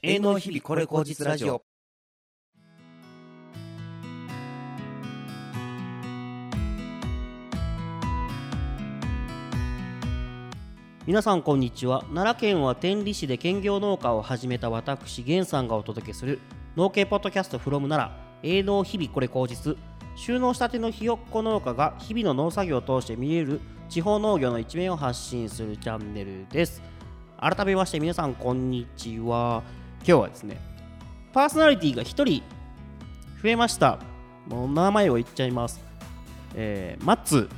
営農日々これ口実ラジオ。 皆さんこんにちは。奈良県は天理市で兼業農家を始めた私源さんがお届けする農系ポッドキャスト from 奈良営農日々これ口実。収納したてのひよっこ農家が日々の農作業を通して見える地方農業の一面を発信するチャンネルです。改めまして皆さんこんにちは。今日はですね、パーソナリティが1人増えました。もう名前を言っちゃいます。マッツ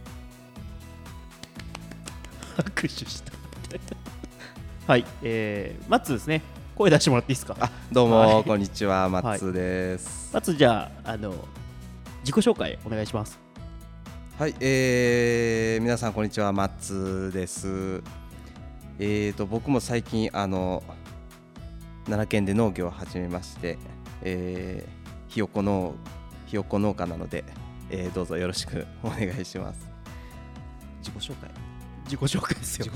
拍手したはい、マッツですね。声出してもらっていいですか。 どうも、 はい、 こんにちは、マッツです。 マッツ、じゃあ、自己紹介お願いします。 はい、皆さんこんにちは、マッツです。僕も最近奈良県で農業を始めまして、ひよっこ農家なので、どうぞよろしくお願いします。自己紹介ですよ。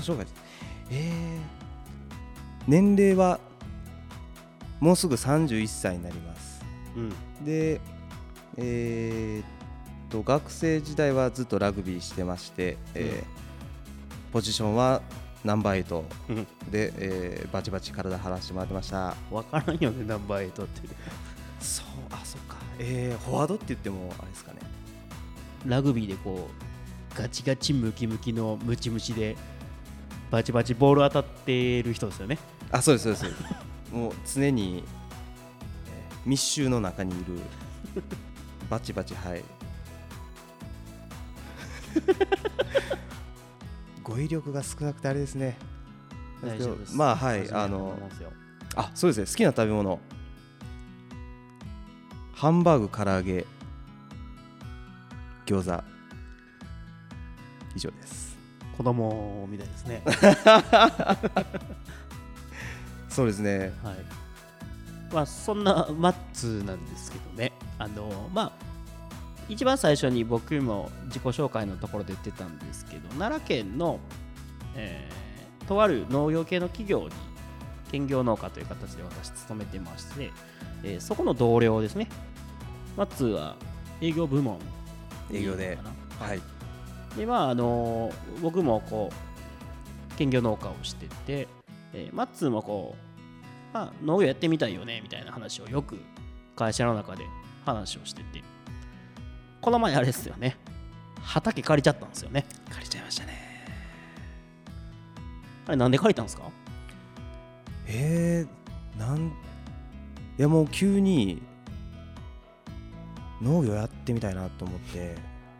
年齢はもうすぐ31歳になります、で学生時代はずっとラグビーしてまして、ポジションはナンバー8で、バチバチ体張らしてもらってました。 わからんよね、ナンバー8ってそうか、フォワードって言ってもあれですかね。 ラグビーでこうガチガチムキムキのムチムチでバチバチボール当たってる人ですよね。 そうですもう常に、密集の中にいるバチバチ、はい語彙力が少なくてあれですね。 大丈夫です。 そうですね。好きな食べ物、ハンバーグ、唐揚げ、餃子、以上です。 子供みたいですねそうですね、 はい。そんなマッツなんですけどね、一番最初に僕も自己紹介のところで言ってたんですけど、奈良県の、とある農業系の企業に兼業農家という形で私勤めてまして、そこの同僚ですね。マッツは営業部門営業で、はい。 で僕もこう兼業農家をしてて、マッツもこう、農業やってみたいよねみたいな話をよく会社の中で話をしてて、この前あれですよね、畑借りちゃったんですよね。 借りちゃいましたね。 あれなんで借りたんですか。 いやもう急に農業やってみたいなと思って、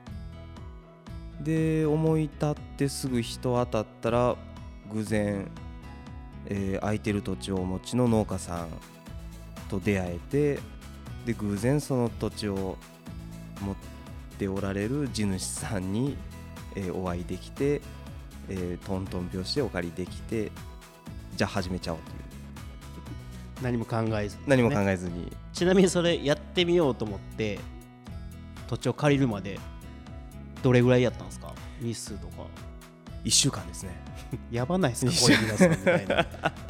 で思い立ってすぐ人当たったら偶然、空いてる土地をお持ちの農家さんと出会えて、で偶然その土地を持っておられる地主さんに、お会いできて、トントン拍子でお借りできて、じゃあ始めちゃおうという。 何も考えずに、 何も考えずに。 ちなみにそれやってみようと思って土地を借りるまでどれぐらいやったんですか。日数とか。 1週間ですね。 やばないですかこれ皆さんみたいな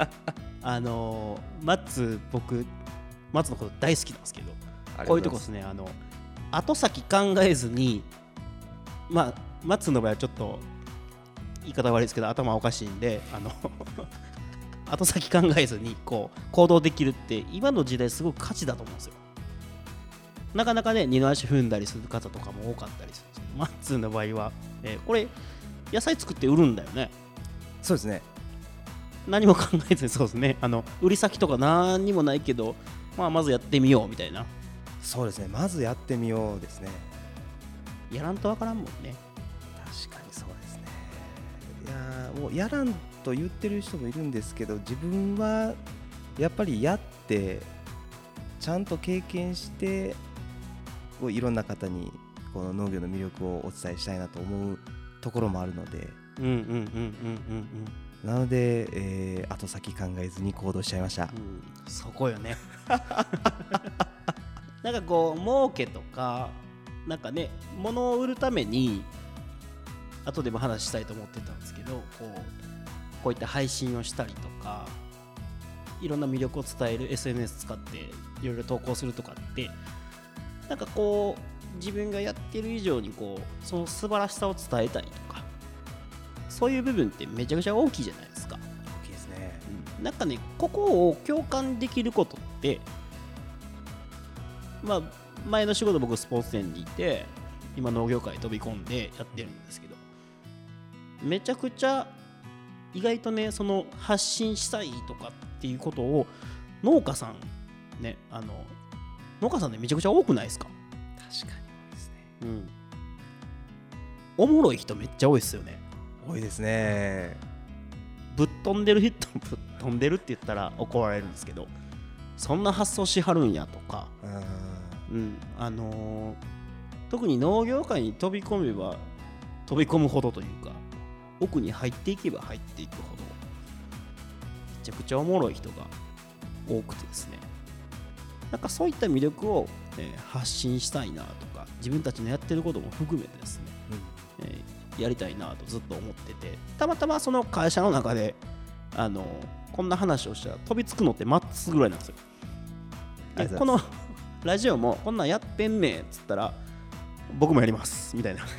マッツのこと大好きなんですけど、こういうとこですね、後先考えずに、マッツの場合はちょっと言い方悪いですけど頭おかしいんで、後先考えずにこう行動できるって今の時代すごく価値だと思うんですよ。なかなかね、二の足踏んだりする方とかも多かったりするんですけど、マッツの場合は、これ野菜作って売るんだよね。 そうですね。 何も考えずに、そうですね、売り先とか何にもないけど、まずやってみようみたいな。 そうですね、まずやってみようですね。 やらんとわからんもんね。 確かにそうですね。いやもうやらんと言ってる人もいるんですけど、自分はやっぱりやってちゃんと経験してこういろんな方にこの農業の魅力をお伝えしたいなと思うところもあるので、なので、後先考えずに行動しちゃいました、 そこよねなんかこう儲けとかなんかね、物を売るために後でも話したいと思ってたんですけど、こういった配信をしたりとかいろんな魅力を伝える SNS 使っていろいろ投稿するとかってなんかこう自分がやってる以上にこうその素晴らしさを伝えたりとかそういう部分ってめちゃくちゃ大きいじゃないですか。 大きいですね。 なんかねここを共感できることってまあ前の仕事僕スポーツ店にいて今農業界飛び込んでやってるんですけどめちゃくちゃ意外とねその発信したいとかっていうことを農家さんね農家さんでめちゃくちゃ多くないですか。 確かに多いですね。 おもろい人めっちゃ多いですよね。 多いですね。 ぶっ飛んでる人ぶっ飛んでるって言ったら怒られるんですけどそんな発想しはるんやとか、特に農業界に飛び込めば飛び込むほどというか奥に入っていけば入っていくほどめちゃくちゃおもろい人が多くてですねなんかそういった魅力を、発信したいなとか自分たちのやってることも含めてですね、やりたいなとずっと思っててたまたまその会社の中でこんな話をしたら飛びつくのってマッツぐらいなんですよ。でこのラジオもこんなんやってんねんっつったら僕もやりますみたいな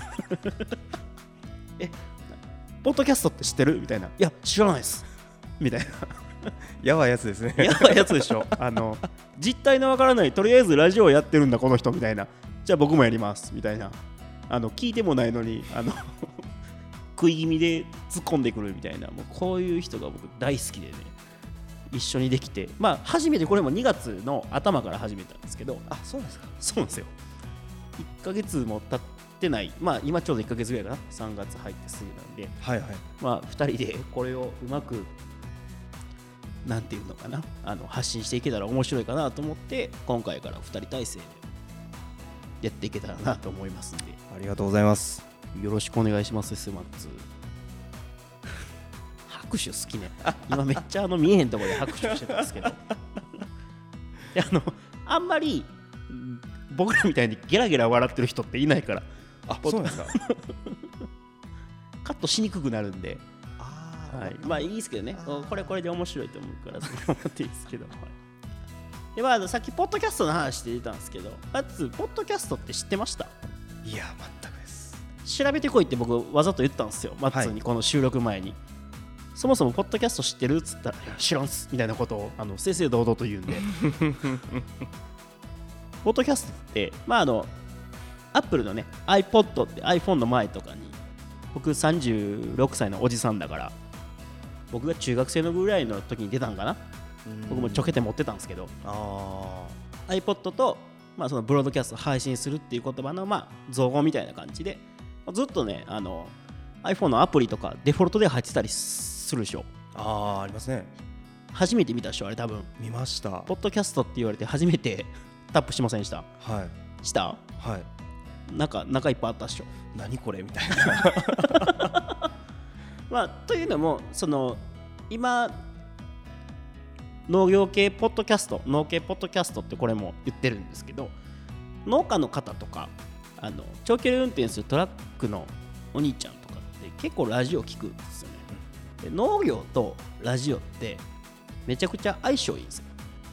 ポッドキャストって知ってるみたいないや知らないですみたいなやばいやつですね。 やばいやつでしょ実態のわからないとりあえずラジオをやってるんだこの人みたいなじゃあ僕もやりますみたいな聞いてもないのに食い気味で突っ込んでくるみたいなもうこういう人が僕大好きでね一緒にできてまあ初めてこれも2月の頭から始めたんですけどあそうなんですか。 そうなんですよ1ヶ月も経ってないまあ今ちょうど1ヶ月ぐらいかな3月入ってすぐなんではいはい。 まあ2人でこれをうまくなんていうのかな発信していけたら面白いかなと思って今回から2人体制でやっていけたらなと思いますんでありがとうございます。 よろしくお願いしますスマッツ拍手好きね今めっちゃ見えへんところで拍手してたんですけどであんまり僕らみたいにゲラゲラ笑ってる人っていないからあそうなんですか。 カットしにくくなるんであ、 はい、まあいいですけどねこれで面白いと思うからそう思っていいですけど、はいでまあ、さっきポッドキャストの話してたんですけどまずポッドキャストって知ってました？ いや全くです。 調べてこいって僕わざと言ったんですよマッツにこの収録前に、そもそもポッドキャスト知ってるっつったらいや知らんっすみたいなことを正々堂々と言うんでポッドキャストってまあアップルのね iPod って iPhone の前とかに僕36歳のおじさんだから僕が中学生のぐらいの時に出たんかな僕もちょけて持ってたんですけどiPod と、まあ、そのブロードキャスト配信するっていう言葉の、まあ、造語みたいな感じでずっとねiPhone のアプリとかデフォルトで入ってたりするでしょ。 ありますね。 初めて見たでしょあれ多分見ました。 ポッドキャストって言われて初めてタップしませんでした？ はいしたはい。 中いっぱいあったでしょ。 何これみたいなまあというのも今農業系ポッドキャスト農系ポッドキャストってこれも言ってるんですけど農家の方とか長距離運転するトラックのお兄ちゃんとかって結構ラジオ聞くんですよね、で農業とラジオってめちゃくちゃ相性いいんですよ。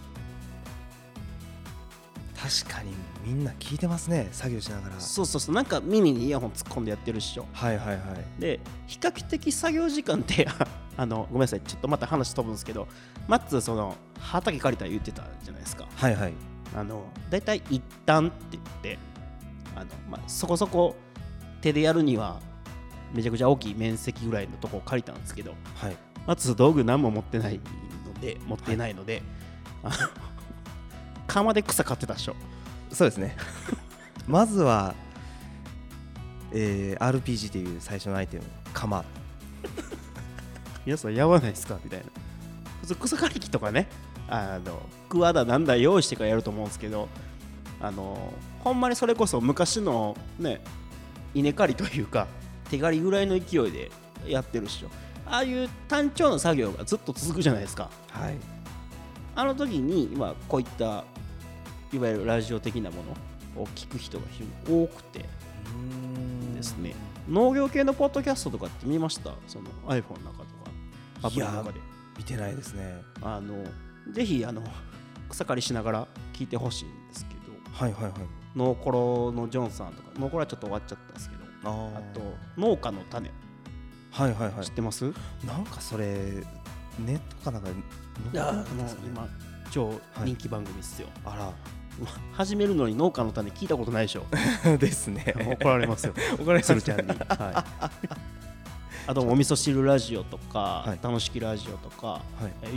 確かにみんな聞いてますね作業しながら。 そうなんか耳にイヤホン突っ込んでやってるっしょ。 はいはいはい。で比較的作業時間ってごめんなさいちょっとまた話飛ぶんですけどマッツ畑借りた言ってたじゃないですか。 はいはい。 だいたい一旦って言ってまあ、そこそこ手でやるにはめちゃくちゃ大きい面積ぐらいのとこを借りたんですけど、 はい、 マッツ道具何も持ってないので、はい、釜で草買ってたでしょ。 そうですねまずは、RPG という最初のアイテム釜皆さんやばないですかみたいな。普通草刈り機とかねクワだなんだ用意してからやると思うんですけどほんまにそれこそ昔のね稲刈りというか手刈りぐらいの勢いでやってるっしょ。ああいう単調な作業がずっと続くじゃないですか。 はい。 あの時に今こういったいわゆるラジオ的なものを聞く人が非常に多くてですね。農業系のポッドキャストとかって見ました？その iPhone の中とかアプリの中で。 見てないですね。 ぜひ草刈りしながら聞いてほしいんですけど、 はいはいはい。 ノーコロのジョンさんとか、ノーコロはちょっと終わっちゃったんですけど、あと農家の種、 はいはいはい。 知ってます？ なんかそれネットかなんかいやもう今超人気番組ですよ。 あ始めるのに農家の種聞いたことないでしょ。 らですね。 怒られますよ。 怒られます鶴ちゃんに。はい。あとお味噌汁ラジオとか、 はい、 楽しきラジオとか、 はい、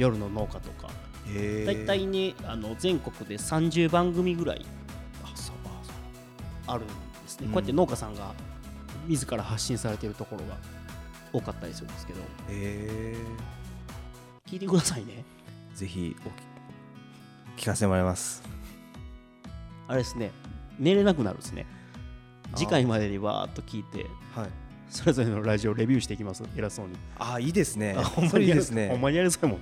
夜の農家とか、だいたいね全国で30番組ぐらいあるんですね。こうやって農家さんが自ら発信されているところが多かったりするんですけど、聞いてくださいね。 ぜひ聞かせてもらいます。 あれですね、寝れなくなるですね。次回までにわーっと聞いて、 はい、 それぞれのラジオレビューしていきます。偉そうに。 いいですね。 ほんまにいいですね。ほんまにやるそうもん。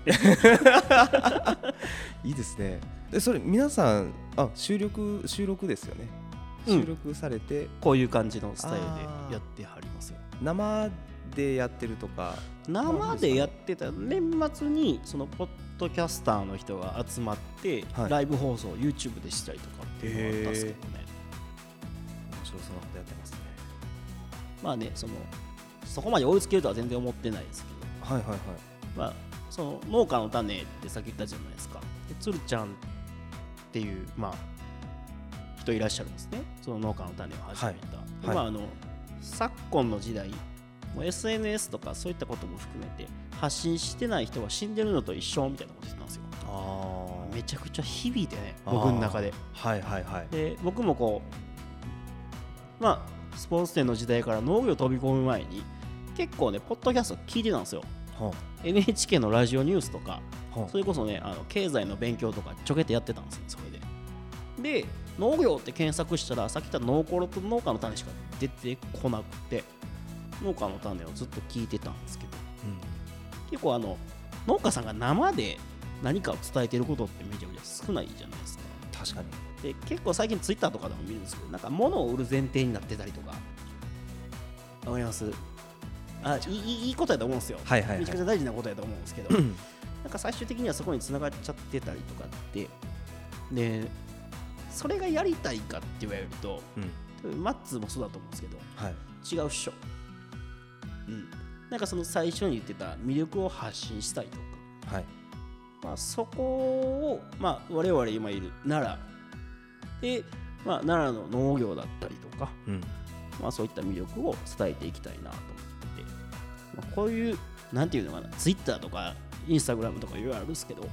いいですね。でそれ皆さん収録ですよね。収録されて、 こういう感じのスタイルでやってはりますよ。 生でやってるとか。 生でやってた年末にそのポッドキャスターの人が集まって、はい、ライブ放送を YouTube でしたりとかっていうのがあったんですけどね。 面白そうなことやってますね。 まあね、そこまで追いつけるとは全然思ってないですけど、 はいはいはい。 まあその農家の種ってさっき言ったじゃないですか。で鶴ちゃんっていうまあ人いらっしゃるんですね。その農家の種を始めた。はい、まあ昨今の時代。SNS とかそういったことも含めて発信してない人は死んでるのと一緒みたいなことなんですよ。めちゃくちゃ日々でね、僕の中で。 はいはいはい。 で僕もこうまあスポーツ店の時代から農業飛び込む前に結構ねポッドキャスト聞いてたんですよ。NHK のラジオニュースとかそれこそね経済の勉強とかちょけてやってたんですよ。それで農業って検索したらさっき言ったノーコロと農家の種しか出てこなくて農家の種をずっと聞いてたんですけど、結構農家さんが生で何かを伝えてることってめちゃくちゃ少ないじゃないですか。 確かに。 で結構最近ツイッターとかでも見るんですけど、なんか物を売る前提になってたりとか、わかります？いいことやと思うんですよ。 はいはいはい、 めちゃくちゃ大事なことやと思うんですけどなんか最終的にはそこに繋がっちゃってたりとかってでそれがやりたいかって言われると、マッツーもそうだと思うんですけど、 はい、 違うっしょ。なんかその最初に言ってた魅力を発信したいとか、はい、まあ、そこを、まあ、我々今いる奈良で、まあ、奈良の農業だったりとか、まあ、そういった魅力を伝えていきたいなと思ってて、まあ、こういうなんていうのかな、ツイッターとかインスタグラムとかいろいろあるんですけど、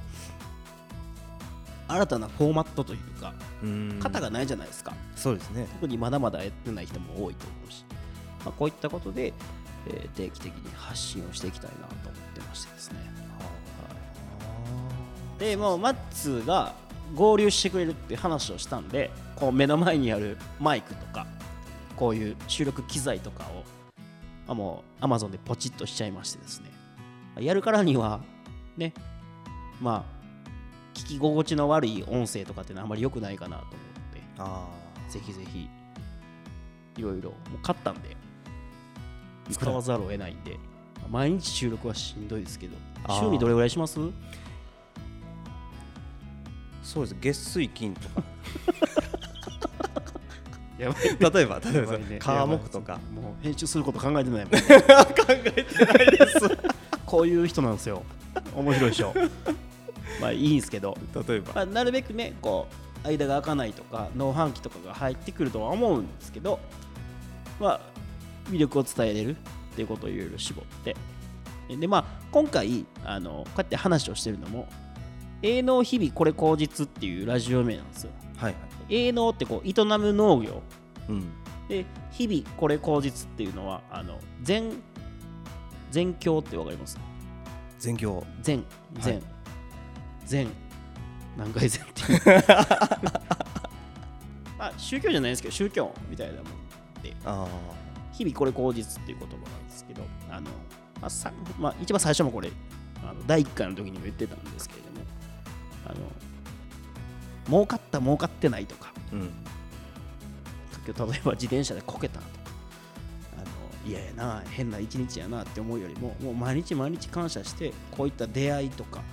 新たなフォーマットというか型がないじゃないですか。 そうですね。 特にまだまだやってない人も多いと思うし、まあ、こういったことで定期的に発信をしていきたいなと思ってましてですね。でもうマッツーが合流してくれるって話をしたんで、こう目の前にあるマイクとかこういう収録機材とかをもう Amazon でポチッとしちゃいましてですね、やるからにはね、まあ聞き心地の悪い音声とかってのはあんまり良くないかなと思って、ぜひぜひいろいろもう買ったんで使わざるを得ないんで、毎日収録はしんどいですけど、週にどれぐらいします？ そうです、月水金とかやばい、 例えば川木とか、 もう編集すること考えてないもん考えてないですこういう人なんですよ。面白いでしょまあいいんですけど、 例えば、 まあ、なるべくねこう間が開かないとか農繁期とかが入ってくるとは思うんですけど、まあ魅力を伝えれるっていうことをいろいろ絞って、でまあ今回こうやって話をしてるのも営農日々これ口実っていうラジオ名なんですよ。はいはい、営農ってこう営む農業、で日々これ口実っていうのは全教ってわかります？ 全教、 全何回全っていうまあ宗教じゃないですけど宗教みたいなもんで、日々これ口実っていう言葉なんですけど、まあ、一番最初もこれ第1回の時にも言ってたんですけれども、儲かった儲かってないとか、例えば自転車でこけたとか、 嫌やな変な一日やなって思うよりももう毎日毎日感謝してこういった出会いとか、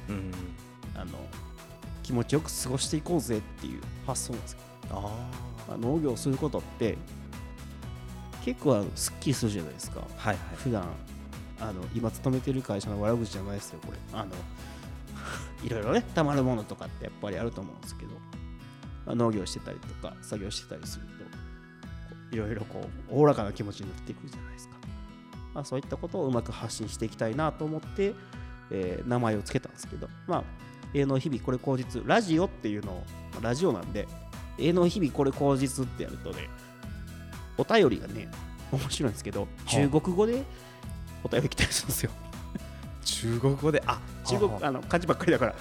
気持ちよく過ごしていこうぜっていう発想なんですよ。農業をすることって結構すっきりするじゃないですか。 はいはい、 普段今勤めてる会社の悪口じゃないですよこれ。いろいろねたまるものとかってやっぱりあると思うんですけど、農業してたりとか作業してたりするといろいろこうおおらかな気持ちになっていくじゃないですか。そういったことをうまく発信していきたいなと思って、名前をつけたんですけど、営農日々これ口実ラジオっていうのを、ラジオなんで営農日々これ口実ってやるとね、お便りがね面白いんですけど、中国語でお便り来たりするんですよ。 中国語で中国漢字ばっかりだから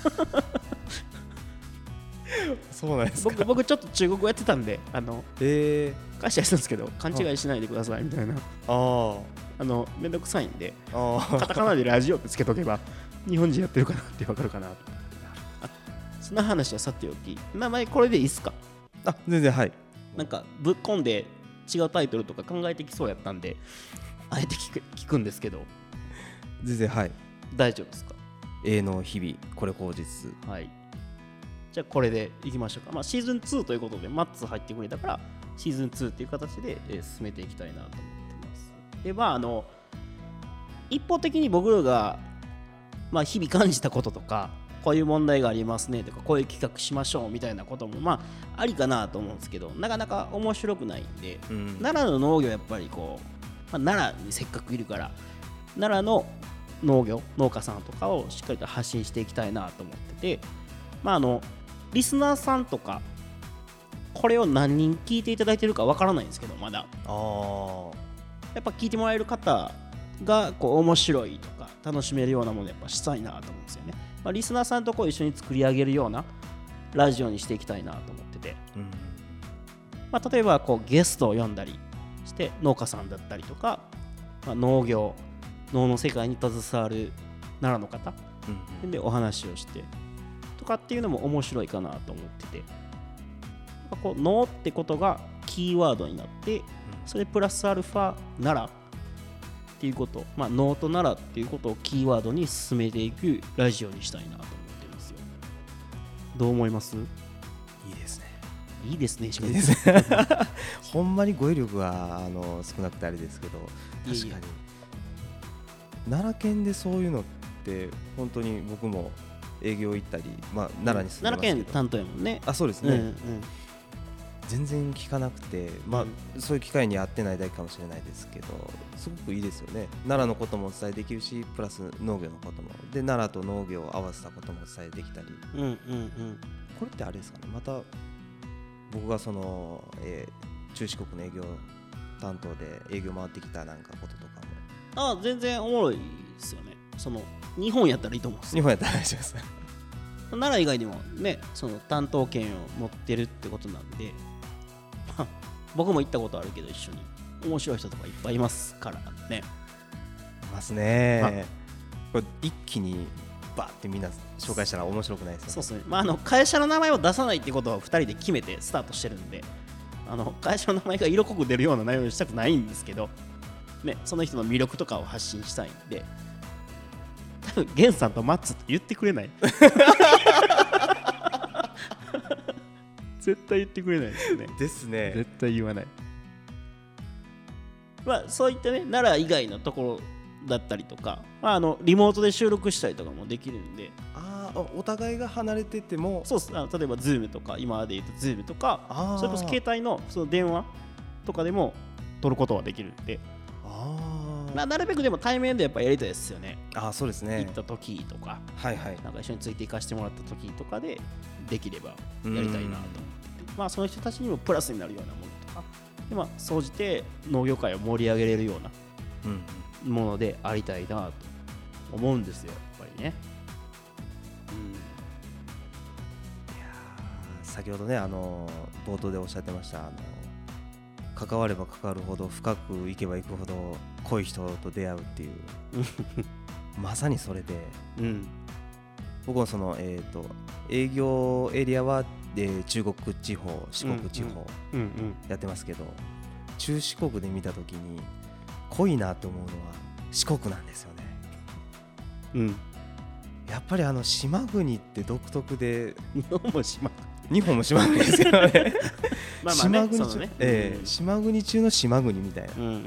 そうなんですか。 僕ちょっと中国語やってたんで返したりするんですけど、勘違いしないでくださいみたいな。めんどくさいんでカタカナでラジオってつけとけば日本人やってるかなって分かるかなと。そんな話はさておき、名前これでいいっすか？ 全然。はい。 なんかぶっ込んで違うタイトルとか考えてきそうやったんであえて聞くんですけど。 全然。はい。 大丈夫ですか？ 営農日々これ口実。はい。 じゃあこれでいきましょうか。シーズン2ということでマッツ入ってくれたからシーズン2っていう形で進めていきたいなと思ってます。で一方的に僕らが日々感じたこととかこういう問題がありますねとかこういう企画しましょうみたいなこともありかなと思うんですけど、なかなか面白くないんで、奈良の農業やっぱりこう、奈良にせっかくいるから奈良の農家さんとかをしっかりと発信していきたいなと思ってて、リスナーさんとかこれを何人聞いていただいてるかわからないんですけど、まだやっぱ聞いてもらえる方がこう面白いとか楽しめるようなものやっぱしたいなと思うんですよね。リスナーさんとこう一緒に作り上げるようなラジオにしていきたいなと思ってて、例えばこうゲストを呼んだりして農家さんだったりとか、農の世界に携わる奈良の方、でお話をしてとかっていうのも面白いかなと思ってて、こう農ってことがキーワードになって、それプラスアルファ奈良っていうこと、農と奈良っていうことをキーワードに進めていくラジオにしたいなと思ってるんですよ。どう思います？ いいですね。 いいですね。 いいですね。ほんまに語彙力が少なくてあれですけど、確かに奈良県でそういうのって本当に僕も営業行ったり、奈良に住んでますけど、 奈良県担当やもんね。 そうですね。全然聞かなくて、そういう機会に会ってないだけかもしれないですけど、すごくいいですよね。奈良のこともお伝えできるし、プラス農業のこともで、奈良と農業を合わせたこともお伝えできたり、これってあれですかね。また僕が中四国の営業担当で営業回ってきたなんかこととかも全然おもろいですよね。日本やったらいいと思うんですよ。 日本やったら大丈夫です。 奈良以外にもね、担当権を持ってるってことなんで、僕も行ったことあるけど一緒に面白い人とかいっぱいいますからね。 いますね。これ一気にバーってみんな紹介したら面白くないですよね。 そうですね。会社の名前を出さないってことを2人で決めてスタートしてるんで、会社の名前が色濃く出るような内容にしたくないんですけど、ね、その人の魅力とかを発信したいんで、多分ゲンさんとマッツって言ってくれない絶対言ってくれないですよね。 ですね。 絶対言わない。そういったね、奈良以外のところだったりとか、リモートで収録したりとかもできるんで。 お互いが離れてても。 そうです。例えば Zoom とか、今で言うと Zoom とか、それこそ携帯のその電話とかでも撮ることはできるんで、なるべくでも対面でやっぱやりたいですよね。 そうですね。 行った時とか、 なんか一緒について行かせてもらった時とかでできればやりたいなと思ってて、その人たちにもプラスになるようなものとかで、総じて農業界を盛り上げれるようなものでありたいなと思うんですよ、やっぱりね。 いや先ほどね、冒頭でおっしゃってました、関われば関わるほど深く行けば行くほど濃い人と出会うっていうまさにそれで、僕は営業エリアは、中国地方、四国地方やってますけど、中四国で見た時に濃いなと思うのは四国なんですよね。 うん。 やっぱり島国って独特で、 日本も島日本も島国ですよねまあまあね、 島国中、 そのね、 島国中の島国みたいな、 うんうんうん、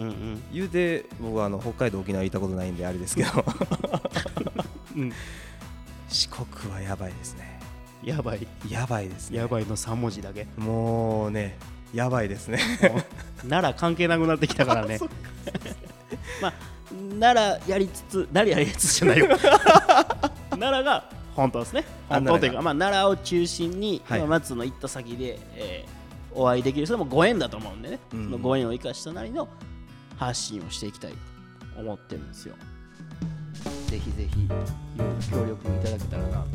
言うて僕は北海道沖縄行ったことないんであれですけどうん、 四国はやばいですね。 やばいやばいですね。 やばいの3文字だけもうねやばいですね奈良関係なくなってきたからねまあ奈良やりつつじゃないよ奈良が本当ですね。本当というか、まあ、奈良を中心に、はい、松の行った先で、お会いできる、それもご縁だと思うんでね、そのご縁を生かしたなりの発信をしていきたいと思ってるんですよ。ぜひぜひいろいろ協力いただけたらなと思います。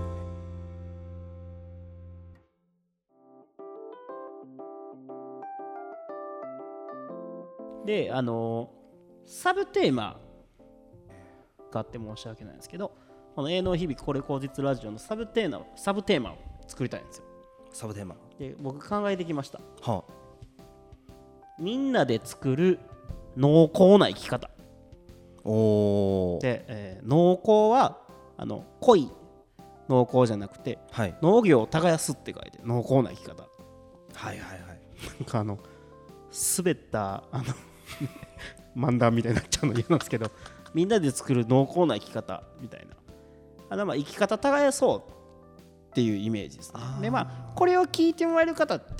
で、サブテーマがあって申し訳ないんですけど、この営農響これ口実ラジオのサブテーマを作りたいんですよ。 サブテーマで、僕考えてきました、 はあ、 みんなで作る濃厚な生き方。 おで、濃厚は濃い濃厚じゃなくて、はい、農業を耕すって書いて濃厚な生き方。 はいはいはいなんか滑った漫談みたいになっちゃうの嫌なんですけど、みんなで作る濃厚な生き方みたいな、まあ生き方耕そうっていうイメージですね。で、まあこれを聞いてもらえる方って、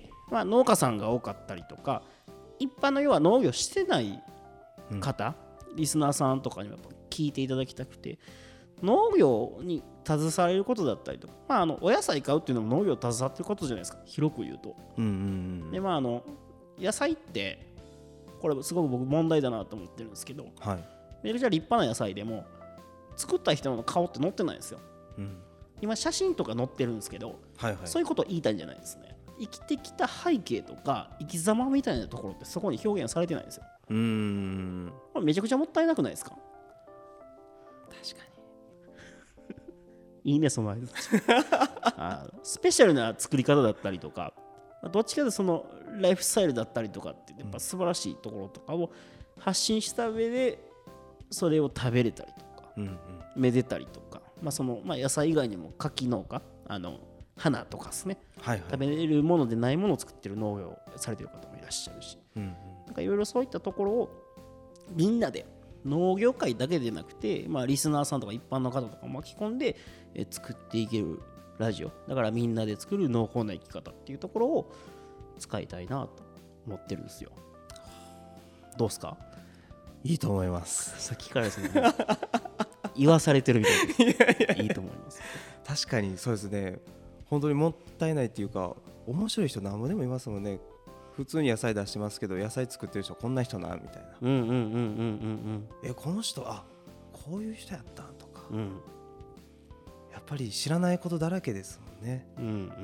まあ、農家さんが多かったりとか、一般の要は農業してない方、リスナーさんとかにもやっぱ聞いていただきたくて、農業に携われることだったりとか、まあ、お野菜買うっていうのも農業に携わってることじゃないですか、広く言うと。で、まあ野菜ってこれすごく僕問題だなと思ってるんですけど、はい、めちゃくちゃ立派な野菜でも作った人の顔って載ってないんですよ、今写真とか載ってるんですけど、はいはい、そういうことを言いたいんじゃないですね。生きてきた背景とか生き様みたいなところってそこに表現されてないんですよ。これめちゃくちゃもったいなくないですか。 確かにいいねそのスペシャルな作り方だったりとか、どっちかでそのライフスタイルだったりとかってやっぱ素晴らしいところとかを発信した上でそれを食べれたりとか、めでたりとか、まあ野菜以外にも柿農家、花とかですね、はいはい、食べれるものでないものを作ってる農業をされてる方もいらっしゃるし、なんかいろいろそういったところをみんなで農業界だけでなくて、まあ、リスナーさんとか一般の方とかを巻き込んで作っていけるラジオだから、みんなで作る濃厚な生き方っていうところを使いたいなと思ってるんですよ。どうですか。 いいと思います。 さっきからですね言わされてるみたいでいいと思います。 確かにそうですね。本当にもったいないっていうか、面白い人何もでもいますもんね。普通に野菜出してますけど、野菜作ってる人こんな人なみたいな、この人こういう人やったんとか、やっぱり知らないことだらけですもんね。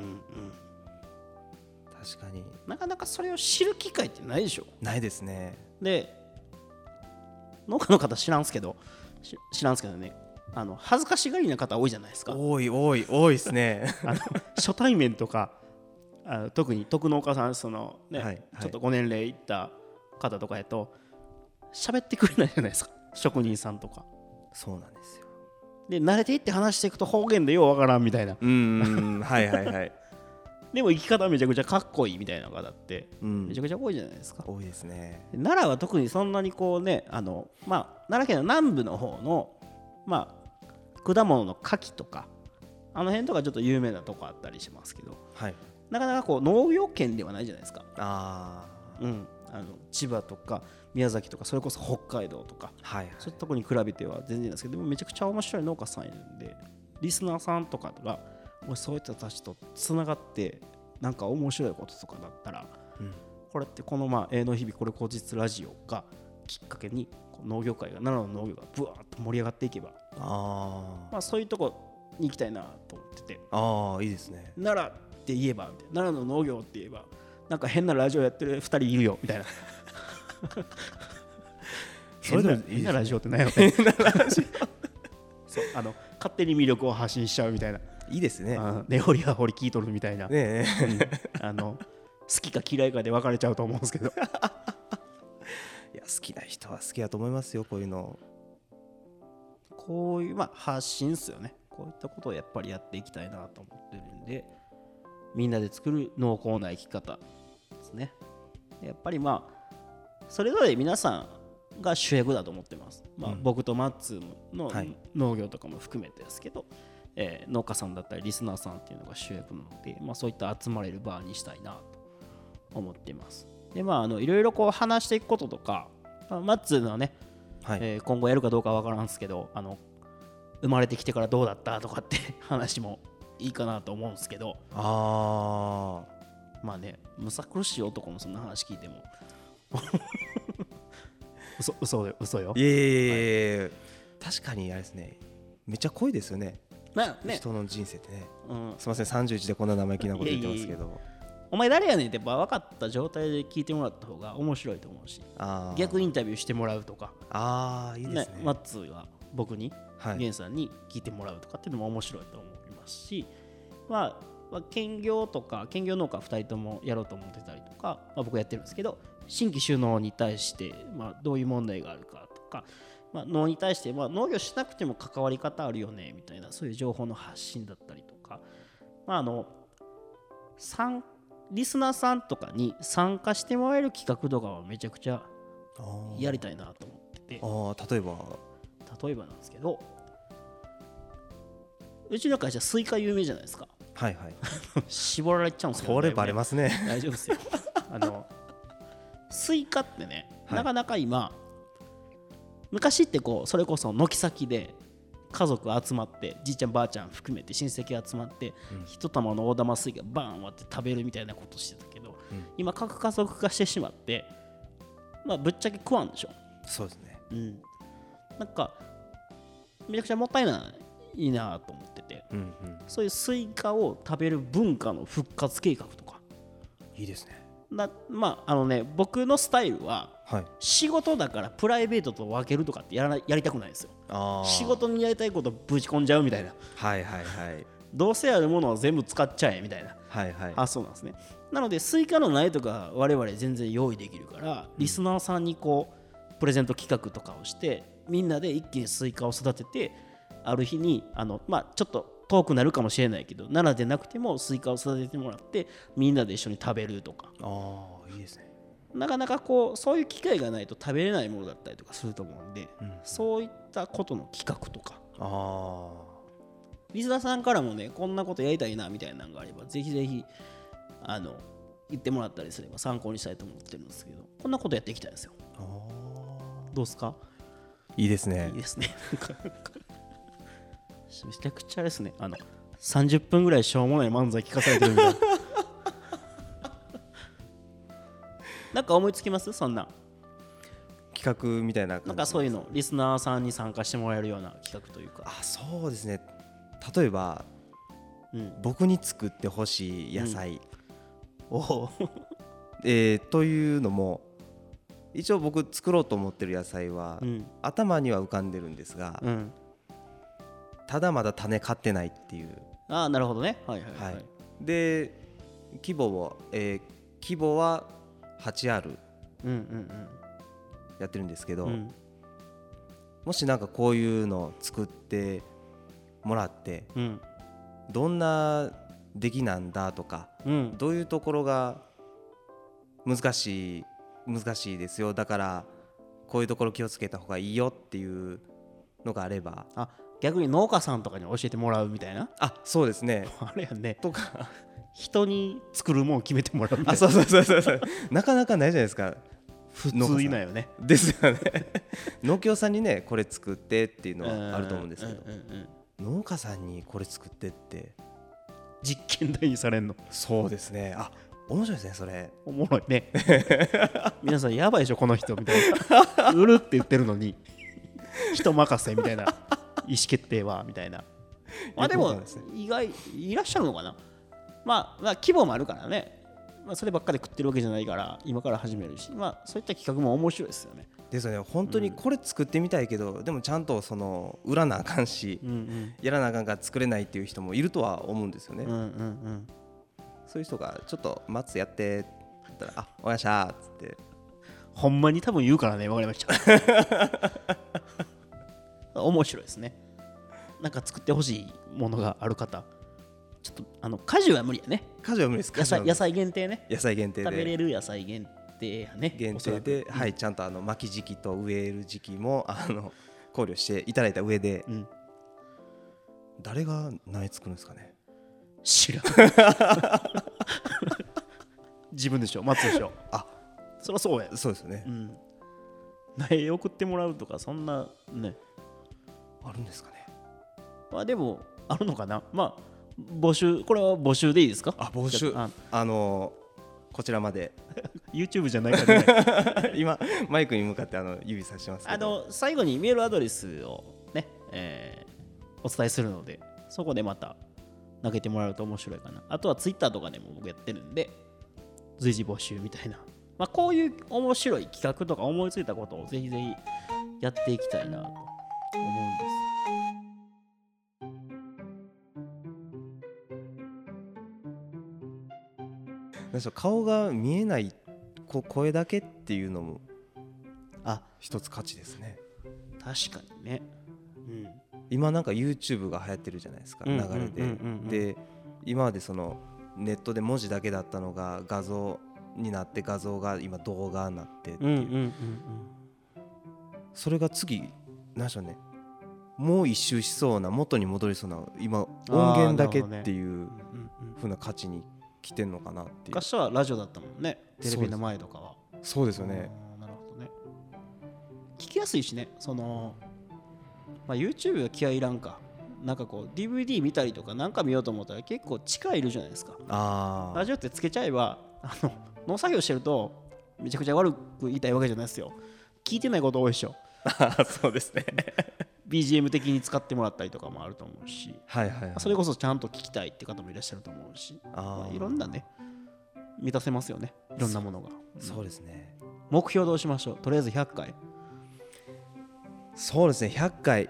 確かになかなかそれを知る機会ってないでしょ。 ないですね。 で、農家の方知らんすけどね、恥ずかしがりな方多いじゃないですか。 多いですね初対面とか、特に特農家さん、ちょっとご年齢いった方とかやと喋ってくれないじゃないですか、職人さんとか。 そうなんですよ。 で、慣れていって話していくと方言でようわからんみたいなはいはいはいでも生き方めちゃくちゃかっこいいみたいな方ってめちゃくちゃ多いじゃないですか。 多いですね。 奈良は特にそんなにこうね、奈良県の南部の方の、果物の柿とかあの辺とかちょっと有名なとこあったりしますけど、はい、なかなかこう農業圏ではないじゃないですか。千葉とか宮崎とかそれこそ北海道とか、そういったところに比べては全然ですけど、でもめちゃくちゃ面白い農家さんいるんで、リスナーさんとかがもしそういった人たちとつながってなんか面白いこととかだったら、これってこの営農日々これ口実ラジオがきっかけに農業界が、奈良の農業がブワーッと盛り上がっていけば、そういうとこに行きたいなと思ってて。 いいですね。 奈良って言えば、奈良の農業って言えばなんか変なラジオやってる2人いるよみたいなそれでもいいですね。変なラジオってないよねそう勝手に魅力を発信しちゃうみたいな。 いいですね。 根掘り葉掘り聞いとるみたいな、 ね好きか嫌いかで分かれちゃうと思うんですけどいや好きな人は好きやと思いますよ、こういうの。 こういう、発信ですよね。こういったことをやっぱりやっていきたいなと思ってるんで、みんなで作る濃厚な生き方ですね。やっぱりそれぞれ皆さんが主役だと思ってます。僕とマッツーの農業とかも含めてですけど、農家さんだったりリスナーさんっていうのが主役なので、そういった集まれる場にしたいなと思っています。でいろいろこう話していくこととか、マッツーのね、今後やるかどうかわからんですけど、生まれてきてからどうだったとかって話もいいかなと思うんですけど、むさ苦しい男のそんな話聞いても嘘よ。 いえ、確かにあれですね、めっちゃ濃いですよね、人の人生ってね。すいません、31でこんな生意気なこと言ってますけど、 お前誰やねんって分かった状態で聞いてもらった方が面白いと思うし、逆インタビューしてもらうとか、 いいですね。 マッツーが僕に、ゲンさんに聞いてもらうとかっていうのも面白いと思いますし、兼業とか兼業農家2人ともやろうと思ってたりとか、僕やってるんですけど、新規収納に対して、どういう問題があるかとか、農に対して、農業しなくても関わり方あるよねみたいな、そういう情報の発信だったりとか、リスナーさんとかに参加してもらえる企画動画はめちゃくちゃやりたいなと思ってて、例えばなんですけど、うちの会社スイカ有名じゃないですか。絞られちゃうんですけど、 これバレますね。 大丈夫ですよ。スイカってね、なかなか今、昔ってそれこそ軒先で家族集まって、じいちゃんばあちゃん含めて親戚集まって、一玉の大玉スイカバーン割って食べるみたいなことしてたけど、今核家族化してしまって、ぶっちゃけ食わんでしょ。 そうですね。 なんかめちゃくちゃもったいないなと思ってて、そういうスイカを食べる文化の復活計画とかいいですね。 僕のスタイルは、仕事だからプライベートと分けるとかってやりたくないんですよ。仕事にやりたいことぶち込んじゃうみたいな、どうせあるものを全部使っちゃえみたいな発想なんですね。なのでスイカの苗とか我々全然用意できるから、リスナーさんにプレゼント企画とかをして、みんなで一気にスイカを育てて、ある日にちょっと遠くなるかもしれないけど、奈良でなくてもスイカを育ててもらってみんなで一緒に食べるとか。 いいですね。 なかなかそういう機会がないと食べれないものだったりとかすると思うんで、そういったことの企画とか、リスナーさんからもね、こんなことやりたいなみたいなのがあれば、ぜひぜひ言ってもらったりすれば参考にしたいと思ってるんですけど、こんなことやっていきたいんですよ。どうですか？ いいですね。 いいですね。めちゃくちゃですね、30分ぐらいしょうもない漫才聞かされてるみたいな。なんか思いつきます？そんな企画みたいな感じ。 なんかそういうのリスナーさんに参加してもらえるような企画というか。 そうですね。例えば、僕に作ってほしい野菜、というのも、一応僕作ろうと思ってる野菜は、頭には浮かんでるんですが、ただまだ種買ってないっていう。 なるほどね。 で規模は8あるやってるんですけど、もしなんかこういうのを作ってもらって、どんな出来なんだとか、どういうところが難しいですよ、だからこういうところ気をつけた方がいいよっていうのがあれば。 逆に農家さんとかに教えてもらうみたいな。 そうですね。 あれやね。 とか人に作るもん決めてもらうみたいな。 そうなかなかないじゃないですか。 普通いないよね。 ですよね。農協さんにね、これ作ってっていうのはあると思うんですけど、農家さんにこれ作ってって実験台にされんの。 そうですね。面白いですね、それ。 おもろいね。皆さんやばいでしょこの人みたいな。売るって言ってるのに人任せみたいな、意思決定はみたいな。でも意外いらっしゃるのかな。規模もあるからね、そればっかり食ってるわけじゃないから今から始めるし、そういった企画も面白いですよね。 ですよね。本当にこれ作ってみたいけど、でもちゃんと売らなあかんし、やらなあかんから作れないっていう人もいるとは思うんですよね。そういう人がちょっと待つやってって言ったら、わかりましたっつってほんまに多分言うからね。わかりました面白いですね。なんか作ってほしいものがある方、ちょっと果樹は無理やね。 果樹は無理ですか？ 野菜限定ね。 野菜限定で食べれる野菜限定やね。 限定で、はい、ちゃんと巻き時期と植える時期も考慮していただいた上で、誰が苗作るんですかね？ 知らん自分でしょ、松でしょ。あ、そりゃそうや。 そうですよね。 苗送ってもらうとかそんなね、 あるんですかね。 まあでもあるのかな。まあ募集、これは募集でいいですか？ 募集、こちらまで YouTube じゃないからね今マイクに向かって指さしてますけど、 最後にメールアドレスをね、お伝えするので、そこでまた投げてもらうと面白いかな。あとは Twitter とかでも僕やってるんで、随時募集みたいな、まあ、こういう面白い企画とか思いついたことをぜひぜひやっていきたいなと思うんです。 顔が見えない声だけっていうのも一つ価値ですね。 確かにね、 今なんか YouTube が流行ってるじゃないですか、流れで。で今までそのネットで文字だけだったのが画像になって、画像が今動画になってっていう、それが次何でしょうね、もう一周しそうな、元に戻りそうな、今音源だけっていう風な価値に来てんのかなっていう。 昔はラジオだったもんね、テレビの前とかは。 そうですよね。 なるほどね。聞きやすいしね、YouTube は気合いらんか。なんかこう DVD 見たりとかなんか見ようと思ったら結構力いるじゃないですか。ラジオってつけちゃえば農作業してるとめちゃくちゃ悪く言いたいわけじゃないですよ。聞いてないこと多いでしょそうですね BGM 的に使ってもらったりとかもあると思うし、それこそちゃんと聞きたいって方もいらっしゃると思うし、いろんなね満たせますよね、いろんなものが。 そうですね。 目標どうしましょう？とりあえず100回。 そうですね、100回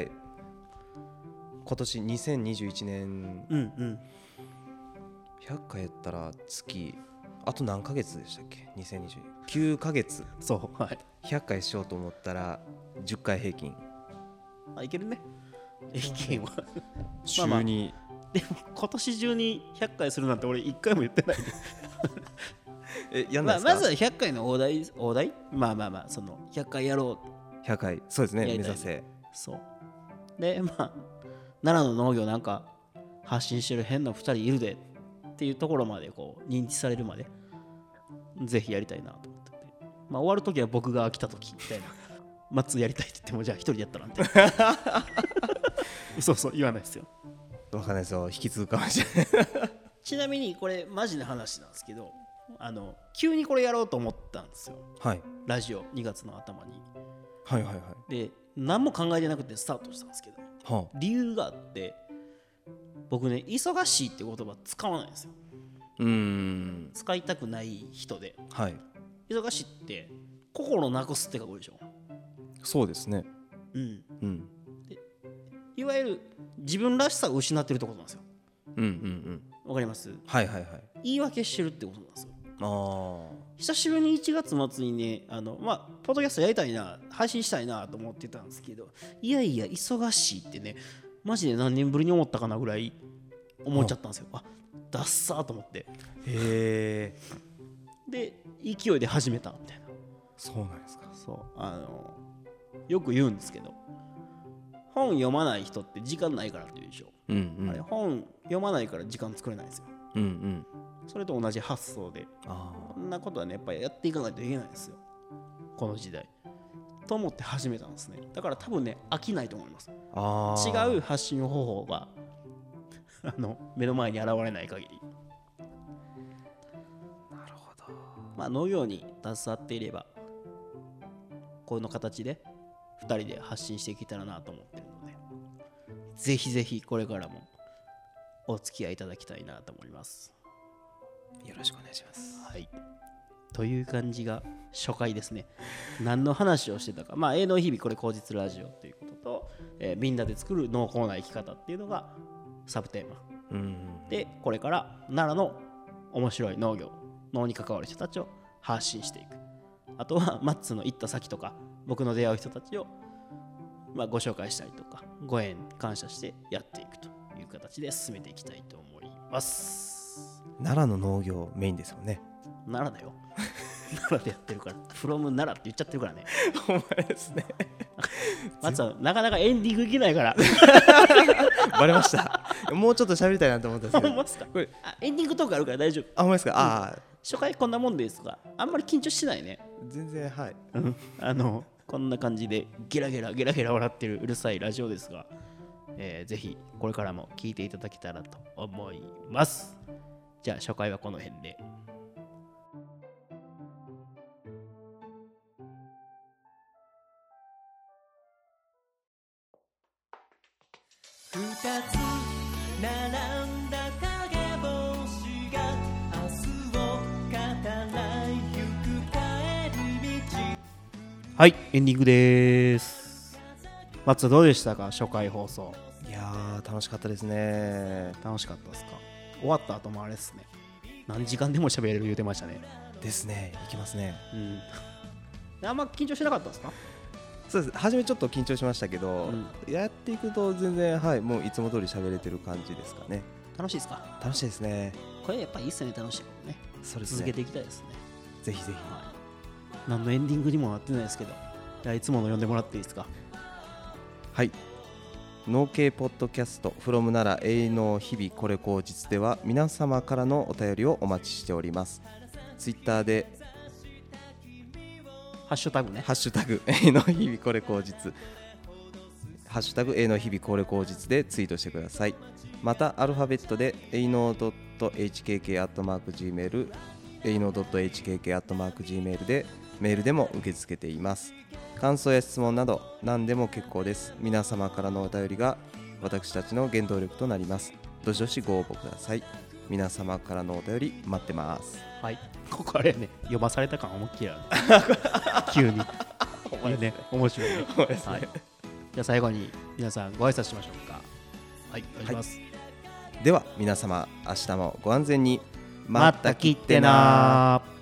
今年2021年、100回やったら月あと何ヶ月でしたっけ？9ヶ月。 そう、はい、 100回しようと思ったら10回平均。 いけるね、平均は週にでも今年中に100回するなんて俺1回も言ってないやんないですか？ まずは100回の大台その100回やろう、 100回、そうですね、目指せ。 そうで、奈良の農業なんか発信してる変な2人いるでっていうところまでこう認知されるまでぜひやりたいなと思ってて、終わるときは僕が来たときみたいな松やりたいって言ってもじゃあ一人でやったなんてそう言わないですよ。 わかんないですよ、引き継ぐかもしれないちなみにこれマジな話なんですけど、急にこれやろうと思ったんですよ、ラジオ2月の頭に。で何も考えてなくてスタートしたんですけど、理由があって、僕ね忙しいって言葉使わないんですよ。使いたくない人で、忙しいって心なくすって書くでしょ。そうですね。でいわゆる自分らしさを失ってるってことなんですよ。わかります？言い訳してるってことなんですよ。久しぶりに1月末にねポッドキャストやりたいな、配信したいなと思ってたんですけど、いやいや忙しいってねマジで何年ぶりに思ったかなぐらい思っちゃったんですよ。ダッサーと思って、で勢いで始めたみたいな。 そうなんですか？ そうよく言うんですけど、本読まない人って時間ないからって言うでしょ。あれ本読まないから時間作れないんですよ。それと同じ発想で、こんなことはねやっぱりやっていかないといけないんですよ、この時代と思って始めたんですね。だから多分ね飽きないと思います。違う発信方法が目の前に現れない限り。 なるほど。 農業に携わっていればこの形で2人で発信していけたらなと思ってるので、ぜひぜひこれからもお付き合いいただきたいなと思います。 よろしくお願いします。 という感じが初回ですね。何の話をしてたか、営農日々これ口実ラジオということと、みんなで作る濃厚な生き方っていうのがサブテーマ、でこれから奈良の面白い農業、農に関わる人たちを発信していくあとはマッツの行った先とか僕の出会う人たちをご紹介したりとかご縁感謝してやっていくという形で進めていきたいと思います。 奈良の農業メインですよね。 奈良だよ奈良でやってるからfrom 奈良って言っちゃってるからね。 ほんまですね。 マツはなかなかエンディングいけないからバレました。もうちょっと喋りたいなと思ったんですけど。 ほんまですか。これエンディングトークあるから大丈夫。 あ、ほんまですか。 初回こんなもんですがあんまり緊張してないね。 全然はい。 こんな感じでゲラゲラ笑ってるうるさいラジオですが、ぜひこれからも聞いていただけたらと思います。じゃあ初回はこの辺で。 二つ並んだ影星が明日を語らいゆく帰り道。 はい、エンディングです。マツどうでしたか、初回放送。 いやー楽しかったですね。 楽しかったですか。終わった後もあれですね、何時間でも喋れる言うてましたね。 ですね、いきますね。 あんま緊張しなかったですか。 そうです。初めちょっと緊張しましたけど、やっていくと全然もういつも通り喋れてる感じですかね。 楽しいですか。 楽しいですね。 これやっぱいいっすね、楽しいことね。 そうですね。 続けていきたいですね。 ぜひぜひ。 何のエンディングにもなってないですけど、じゃあいつもの呼んでもらっていいですか。 はい。農系ポッドキャスト from 奈良営農日々これ口実では皆様からのお便りをお待ちしております。ツイッターでハッシュタグね。 ハッシュタグ営農日々これ口実、ハッシュタグ営農日々これ口実でツイートしてください。またアルファベットで営農 .hkk@gmail 営農 .hkk@gmail でメールでも受け付けています。感想や質問など何でも結構です。皆様からのお便りが私たちの原動力となります。どしどしご応募ください。皆様からのお便り待ってます。 はい、ここあれね、読まされた感思いっきりある急にいいね、面白いね。はい、じゃあ最後に皆さんご挨拶しましょうか。はい、お願いします。 では皆様、明日もご安全に。 また来てなー。